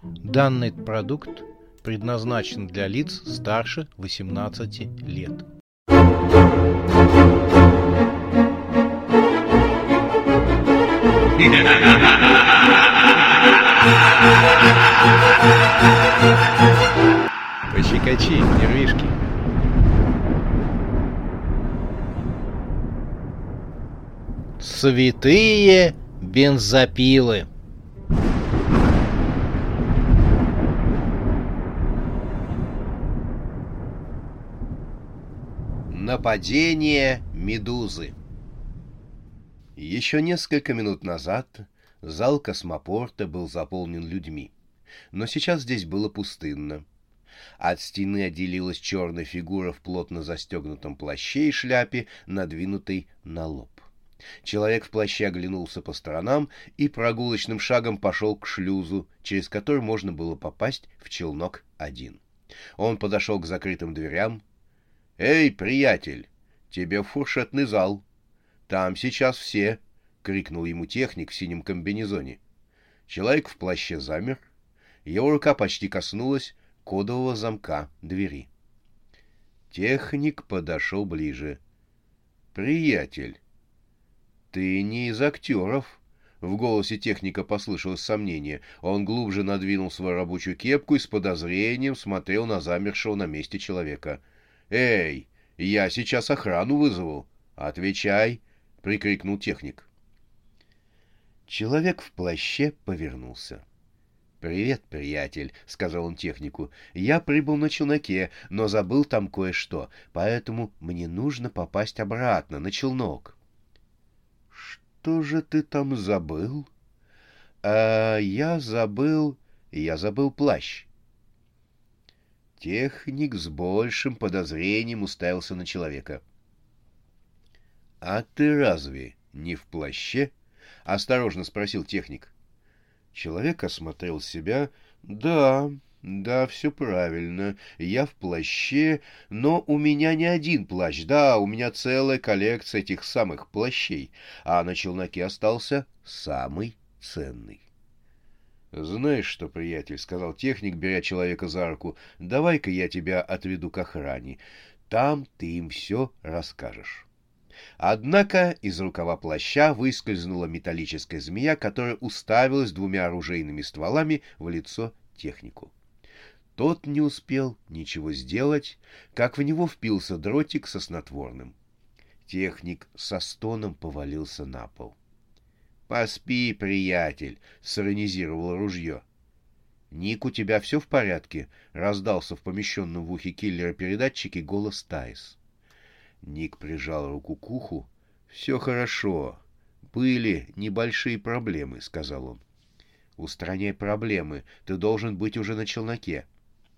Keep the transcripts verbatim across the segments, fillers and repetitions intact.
Данный продукт предназначен для лиц старше восемнадцати лет. Пощекочи, нервишки. Святые бензопилы. Нападение медузы. Еще несколько минут назад зал космопорта был заполнен людьми, но сейчас здесь было пустынно. От стены отделилась черная фигура в плотно застегнутом плаще и шляпе, надвинутой на лоб. Человек в плаще оглянулся по сторонам и прогулочным шагом пошел к шлюзу, через который можно было попасть в челнок один. Он подошел к закрытым дверям. «Эй, приятель, тебе в фуршетный зал. Там сейчас все!» — крикнул ему техник в синем комбинезоне. Человек в плаще замер. Его рука почти коснулась кодового замка двери. Техник подошел ближе. «Приятель, ты не из актеров?» В голосе техника послышалось сомнение. Он глубже надвинул свою рабочую кепку и с подозрением смотрел на замершего на месте человека. «Эй, я сейчас охрану вызову. Отвечай!» — прикрикнул техник. Человек в плаще повернулся. «Привет, приятель», — сказал он технику. «Я прибыл на челноке, но забыл там кое-что, поэтому мне нужно попасть обратно на челнок». «Что же ты там забыл?» «А я забыл... я забыл плащ». Техник с большим подозрением уставился на человека. «А ты разве не в плаще?» — осторожно спросил техник. Человек осмотрел себя. «Да, да, все правильно. Я в плаще, но у меня не один плащ. Да, у меня целая коллекция этих самых плащей, а на челноке остался самый ценный». «Знаешь что, приятель, — сказал техник, беря человека за руку, — давай-ка я тебя отведу к охране. Там ты им все расскажешь». Однако из рукава плаща выскользнула металлическая змея, которая уставилась двумя оружейными стволами в лицо технику. Тот не успел ничего сделать, как в него впился дротик со снотворным. Техник со стоном повалился на пол. «Поспи, приятель», — сиронизировало ружье. «Ник, у тебя все в порядке?» — раздался в помещенном в ухе киллера передатчике голос Таис. Ник прижал руку к уху. «Все хорошо. Были небольшие проблемы», — сказал он. «Устраняй проблемы. Ты должен быть уже на челноке».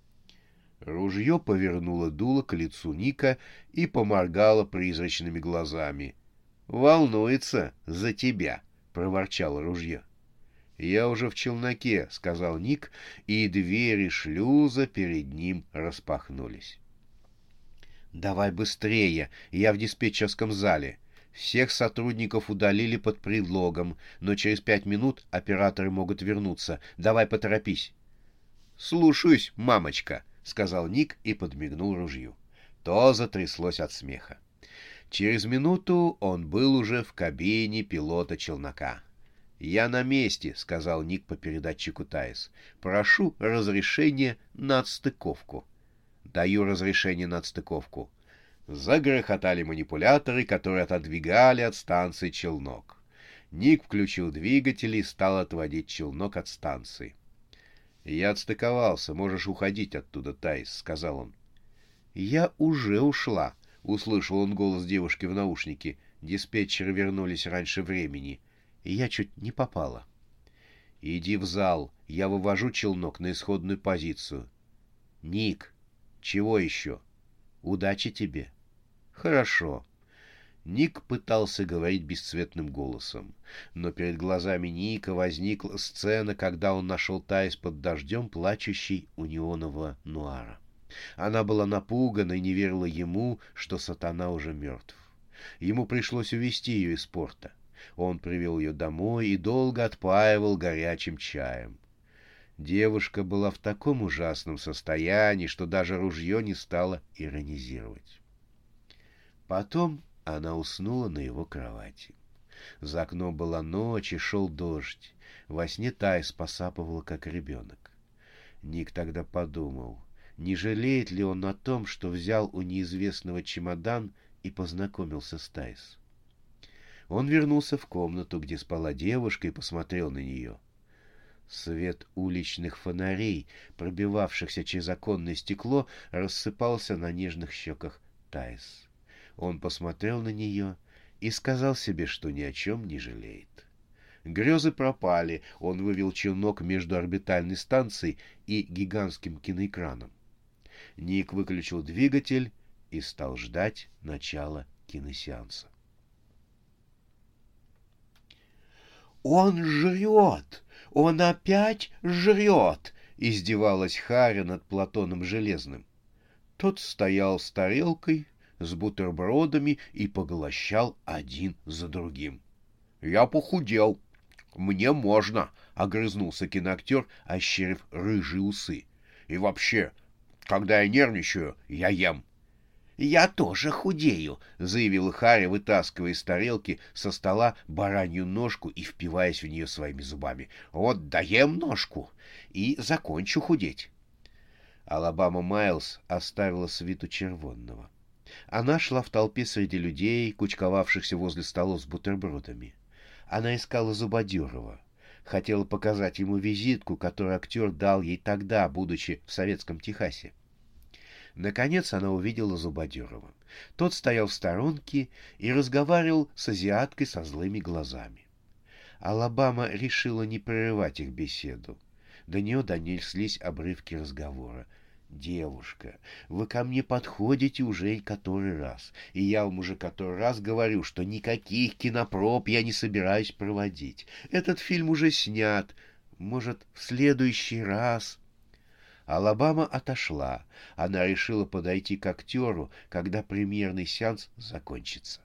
Ружье повернуло дуло к лицу Ника и поморгало призрачными глазами. «Волнуется за тебя», — проворчало ружье. «Я уже в челноке», — сказал Ник, и двери шлюза перед ним распахнулись. «Давай быстрее, я в диспетчерском зале. Всех сотрудников удалили под предлогом, но через пять минут операторы могут вернуться. Давай поторопись». «Слушаюсь, мамочка», — сказал Ник и подмигнул ружью. То затряслось от смеха. Через минуту он был уже в кабине пилота челнока. «Я на месте», — сказал Ник по передатчику Таис. «Прошу разрешения на отстыковку». «Даю разрешение на отстыковку». Загрохотали манипуляторы, которые отодвигали от станции челнок. Ник включил двигатели и стал отводить челнок от станции. «Я отстыковался, можешь уходить оттуда, Таис», — сказал он. «Я уже ушла», — услышал он голос девушки в наушнике. Диспетчеры вернулись раньше времени, и я чуть не попала. «Иди в зал, я вывожу челнок на исходную позицию». «Ник, чего еще?» «Удачи тебе». «Хорошо». Ник пытался говорить бесцветным голосом, но перед глазами Ника возникла сцена, когда он нашел Таис под дождем, плачущей у неонового нуара. Она была напугана и не верила ему, что сатана уже мертв. Ему пришлось увезти ее из порта. Он привел ее домой и долго отпаивал горячим чаем. Девушка была в таком ужасном состоянии, что даже ружье не стало иронизировать. Потом она уснула на его кровати. За окном была ночь и шел дождь. Во сне Тайс посапывала, как ребенок. Ник тогда подумал, не жалеет ли он о том, что взял у неизвестного чемодан и познакомился с Тайс. Он вернулся в комнату, где спала девушка, и посмотрел на нее. Свет уличных фонарей, пробивавшихся через оконное стекло, рассыпался на нежных щеках Тайс. Он посмотрел на нее и сказал себе, что ни о чем не жалеет. Грезы пропали, он вывел челнок между орбитальной станцией и гигантским киноэкраном. Ник выключил двигатель и стал ждать начала киносеанса. «Он жрет! Он опять жрет!» — издевалась Харя над Платоном Железным. Тот стоял с тарелкой, с бутербродами и поглощал один за другим. «Я похудел. Мне можно!» — огрызнулся киноактер, ощерив рыжие усы. «И вообще, когда я нервничаю, я ем». «Я тоже худею», — заявила Харя, вытаскивая из тарелки со стола баранью ножку и впиваясь в нее своими зубами. «Вот доем ножку и закончу худеть». Алабама Майлз оставила свиту червонного. Она шла в толпе среди людей, кучковавшихся возле столов с бутербродами. Она искала Зубодерова. Хотела показать ему визитку, которую актер дал ей тогда, будучи в советском Техасе. Наконец она увидела Зубодерова. Тот стоял в сторонке и разговаривал с азиаткой со злыми глазами. Алабама решила не прерывать их беседу. До нее донеслись обрывки разговора. «Девушка, вы ко мне подходите уже который раз, и я вам уже который раз говорю, что никаких кинопроб я не собираюсь проводить. Этот фильм уже снят. Может, в следующий раз...» Алабама отошла. Она решила подойти к актеру, когда премьерный сеанс закончится.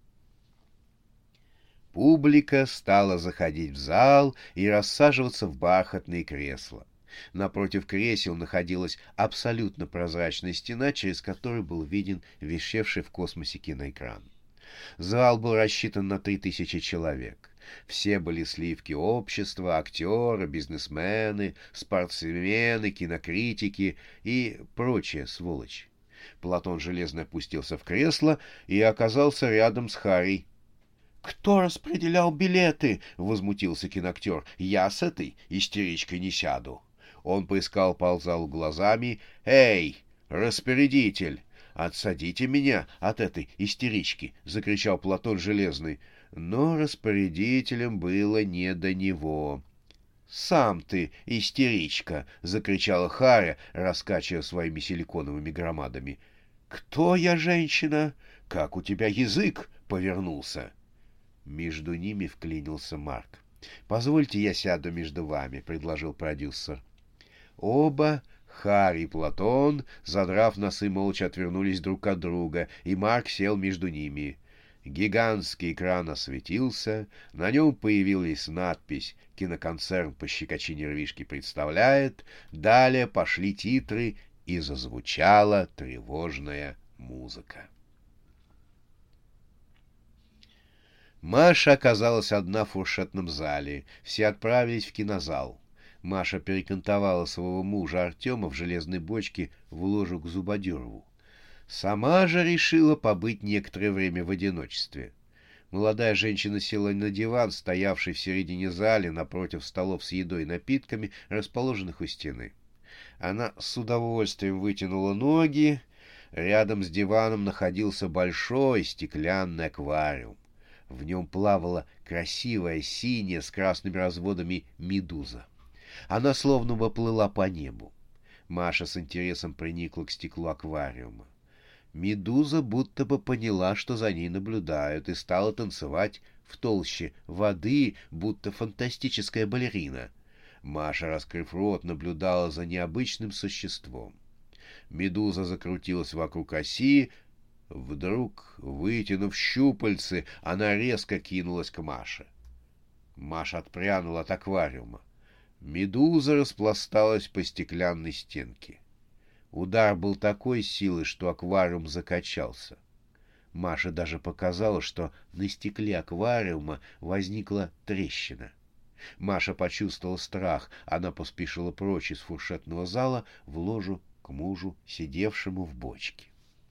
Публика стала заходить в зал и рассаживаться в бархатные кресла. Напротив кресел находилась абсолютно прозрачная стена, через которую был виден висевший в космосе киноэкран. Зал был рассчитан на три тысячи человек. Все были сливки общества, актеры, бизнесмены, спортсмены, кинокритики и прочая сволочь. Платон Железный опустился в кресло и оказался рядом с Харей. «Кто распределял билеты?» — возмутился киноактер. «Я с этой истеричкой не сяду». Он поискал по залу глазами. «Эй, распорядитель, отсадите меня от этой истерички!» — закричал Платон Железный. Но распорядителем было не до него. «Сам ты истеричка!» — закричала Харя, раскачивая своими силиконовыми громадами. «Кто я, женщина? Как у тебя язык повернулся?» Между ними вклинился Марк. «Позвольте, я сяду между вами», — предложил продюсер. Оба, Харри и Платон, задрав носы, молча отвернулись друг от друга, и Марк сел между ними. Гигантский экран осветился, на нем появилась надпись «Киноконцерн по щекочи нервишки представляет», далее пошли титры, и зазвучала тревожная музыка. Маша оказалась одна в фуршетном зале, все отправились в кинозал. Маша перекантовала своего мужа Артема в железной бочке в ложу к Зубодерову. Сама же решила побыть некоторое время в одиночестве. Молодая женщина села на диван, стоявший в середине зала, напротив столов с едой и напитками, расположенных у стены. Она с удовольствием вытянула ноги. Рядом с диваном находился большой стеклянный аквариум. В нем плавала красивая синяя с красными разводами медуза. Она словно бы плыла по небу. Маша с интересом приникла к стеклу аквариума. Медуза будто бы поняла, что за ней наблюдают, и стала танцевать в толще воды, будто фантастическая балерина. Маша, раскрыв рот, наблюдала за необычным существом. Медуза закрутилась вокруг оси. Вдруг, вытянув щупальцы, она резко кинулась к Маше. Маша отпрянула от аквариума. Медуза распласталась по стеклянной стенке. Удар был такой силы, что аквариум закачался. Маше даже показалось, что на стекле аквариума возникла трещина. Маша почувствовала страх. Она поспешила прочь из фуршетного зала в ложу к мужу, сидевшему в бочке.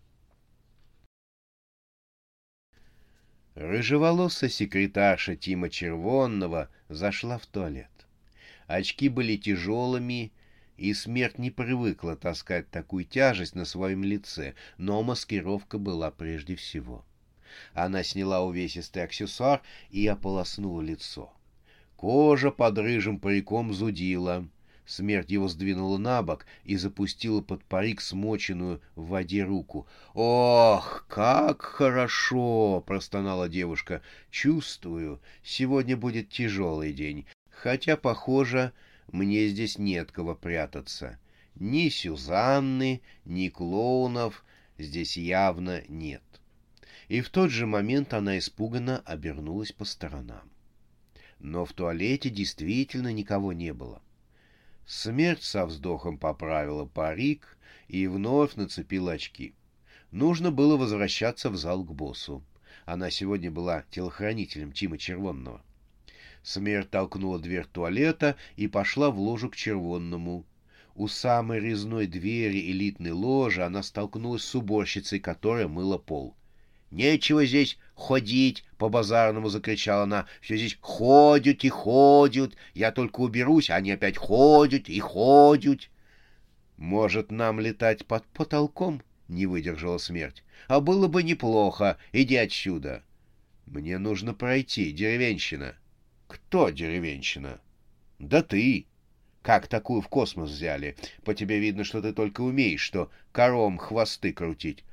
Рыжеволосая секретарша Тима Червонного зашла в туалет. Очки были тяжелыми, и смерть не привыкла таскать такую тяжесть на своем лице, но маскировка была прежде всего. Она сняла увесистый аксессуар и ополоснула лицо. Кожа под рыжим париком зудила. Смерть его сдвинула на бок и запустила под парик смоченную в воде руку. «Ох, как хорошо!» — простонала девушка. «Чувствую, сегодня будет тяжелый день. Хотя, похоже, мне здесь нет кого прятаться. Ни Сюзанны, ни клоунов здесь явно нет». И в тот же момент она испуганно обернулась по сторонам. Но в туалете действительно никого не было. Смерть со вздохом поправила парик и вновь нацепила очки. Нужно было возвращаться в зал к боссу. Она сегодня была телохранителем Тима Червонного. Смерть толкнула дверь туалета и пошла в ложу к Червонному. У самой резной двери элитной ложи она столкнулась с уборщицей, которая мыла пол. «Нечего здесь ходить!» — по-базарному закричала она. «Все здесь ходят и ходят. Я только уберусь, а они опять ходят и ходят». «Может, нам летать под потолком?» — не выдержала смерть. «А было бы неплохо. Иди отсюда». «Мне нужно пройти, деревенщина». «Кто деревенщина?» «Да ты. Как такую в космос взяли? По тебе видно, что ты только умеешь, что коровам хвосты крутить».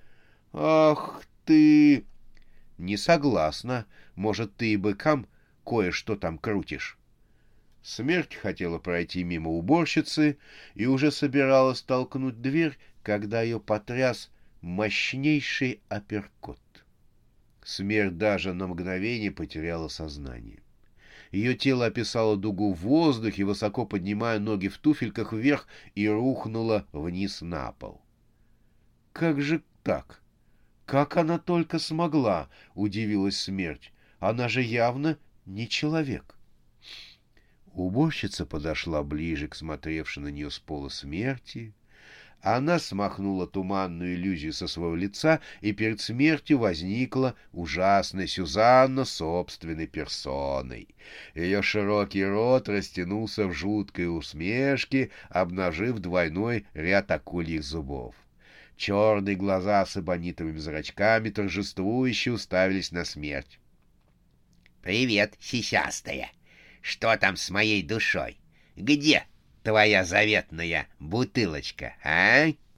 «Ах ты!» «Не согласна. Может, ты и быкам кое-что там крутишь?» Смерть хотела пройти мимо уборщицы и уже собиралась толкнуть дверь, когда ее потряс мощнейший апперкот. Смерть даже на мгновение потеряла сознание. Ее тело описало дугу в воздухе, высоко поднимая ноги в туфельках вверх, и рухнуло вниз на пол. «Как же так? Как она только смогла?» — удивилась смерть. «Она же явно не человек». Уборщица подошла ближе к смотревшей на нее с пола смерти. Она смахнула туманную иллюзию со своего лица, и перед смертью возникла ужасная Сюзанна собственной персоной. Ее широкий рот растянулся в жуткой усмешке, обнажив двойной ряд акульих зубов. Черные глаза с эбонитовыми зрачками торжествующе уставились на смерть. «Привет, сисястая! Что там с моей душой? Где твоя заветная бутылочка, а?»